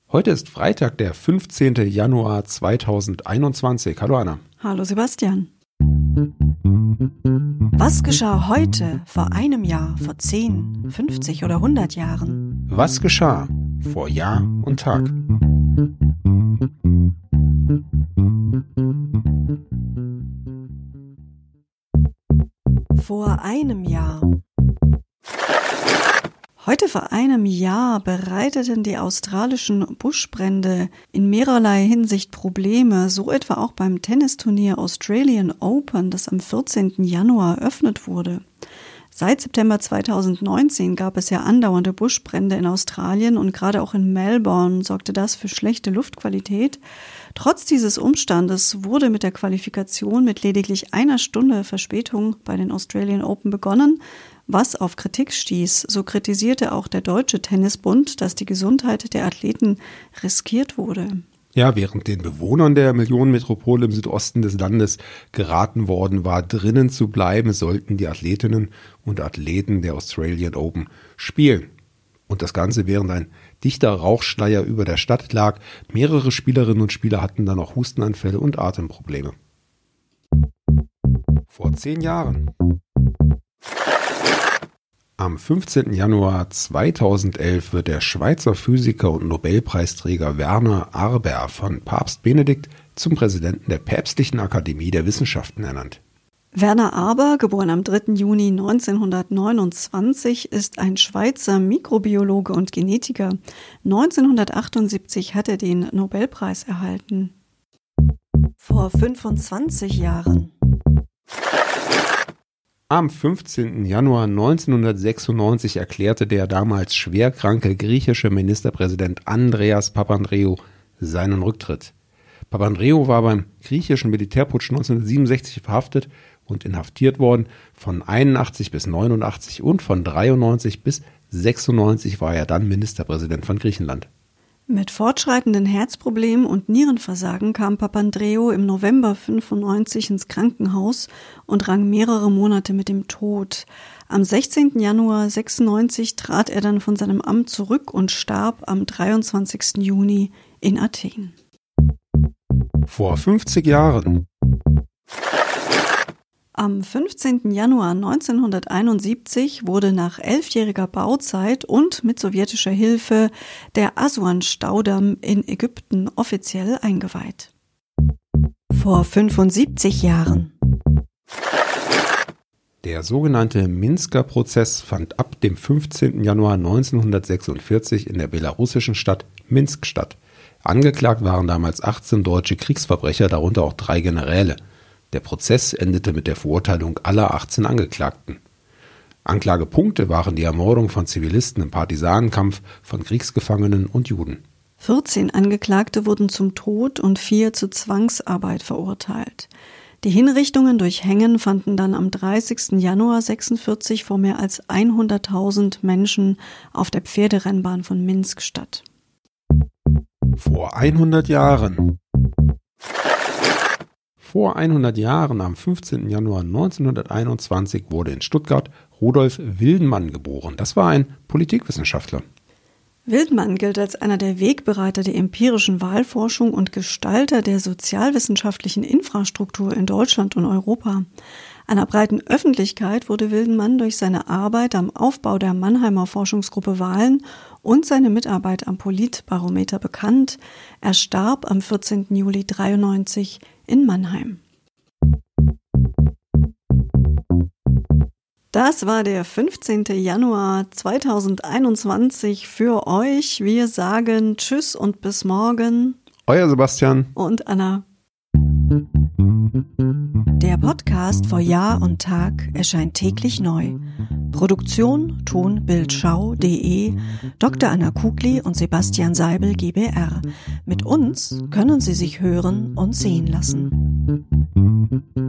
Heute ist Freitag, der 15. Januar 2021. Hallo Anna. Hallo Sebastian. Was geschah heute, vor einem Jahr, vor 10, 50 oder 100 Jahren? Was geschah vor Jahr und Tag? Vor einem Jahr. Heute vor einem Jahr bereiteten die australischen Buschbrände in mehrerlei Hinsicht Probleme, so etwa auch beim Tennisturnier Australian Open, das am 14. Januar eröffnet wurde. Seit September 2019 gab es ja andauernde Buschbrände in Australien und gerade auch in Melbourne sorgte das für schlechte Luftqualität. Trotz dieses Umstandes wurde mit der Qualifikation mit lediglich einer Stunde Verspätung bei den Australian Open begonnen, was auf Kritik stieß. So kritisierte auch der Deutsche Tennisbund, dass die Gesundheit der Athleten riskiert wurde. Ja, während den Bewohnern der Millionenmetropole im Südosten des Landes geraten worden war, drinnen zu bleiben, sollten die Athletinnen und Athleten der Australian Open spielen. Und das Ganze während ein dichter Rauchschleier über der Stadt lag. Mehrere Spielerinnen und Spieler hatten dann auch Hustenanfälle und Atemprobleme. Vor 10 Jahren. Am 15. Januar 2011 wird der Schweizer Physiker und Nobelpreisträger Werner Arber von Papst Benedikt zum Präsidenten der Päpstlichen Akademie der Wissenschaften ernannt. Werner Arber, geboren am 3. Juni 1929, ist ein Schweizer Mikrobiologe und Genetiker. 1978 hat er den Nobelpreis erhalten. Vor 25 Jahren. Am 15. Januar 1996 erklärte der damals schwerkranke griechische Ministerpräsident Andreas Papandreou seinen Rücktritt. Papandreou war beim griechischen Militärputsch 1967 verhaftet und inhaftiert worden. Von 81 bis 89 und von 93 bis 96 war er dann Ministerpräsident von Griechenland. Mit fortschreitenden Herzproblemen und Nierenversagen kam Papandreou im November 1995 ins Krankenhaus und rang mehrere Monate mit dem Tod. Am 16. Januar 1996 trat er dann von seinem Amt zurück und starb am 23. Juni in Athen. Vor 50 Jahren. Am 15. Januar 1971 wurde nach 11-jähriger Bauzeit und mit sowjetischer Hilfe der Aswan-Staudamm in Ägypten offiziell eingeweiht. Vor 75 Jahren. Der sogenannte Minsker Prozess fand ab dem 15. Januar 1946 in der belarussischen Stadt Minsk statt. Angeklagt waren damals 18 deutsche Kriegsverbrecher, darunter auch 3 Generäle. Der Prozess endete mit der Verurteilung aller 18 Angeklagten. Anklagepunkte waren die Ermordung von Zivilisten im Partisanenkampf, von Kriegsgefangenen und Juden. 14 Angeklagte wurden zum Tod und 4 zur Zwangsarbeit verurteilt. Die Hinrichtungen durch Hängen fanden dann am 30. Januar 1946 vor mehr als 100.000 Menschen auf der Pferderennbahn von Minsk statt. Vor 100 Jahren. Vor 100 Jahren, am 15. Januar 1921, wurde in Stuttgart Rudolf Wildenmann geboren. Das war ein Politikwissenschaftler. Wildenmann gilt als einer der Wegbereiter der empirischen Wahlforschung und Gestalter der sozialwissenschaftlichen Infrastruktur in Deutschland und Europa. Einer breiten Öffentlichkeit wurde Wildenmann durch seine Arbeit am Aufbau der Mannheimer Forschungsgruppe Wahlen und seine Mitarbeit am Politbarometer bekannt. Er starb am 14. Juli 1993 in Mannheim. Das war der 15. Januar 2021 für euch. Wir sagen Tschüss und bis morgen. Euer Sebastian und Anna. Der Podcast vor Jahr und Tag erscheint täglich neu. Produktion tonbildschau.de, Dr. Anna Kugli und Sebastian Seibel GbR. Mit uns können Sie sich hören und sehen lassen.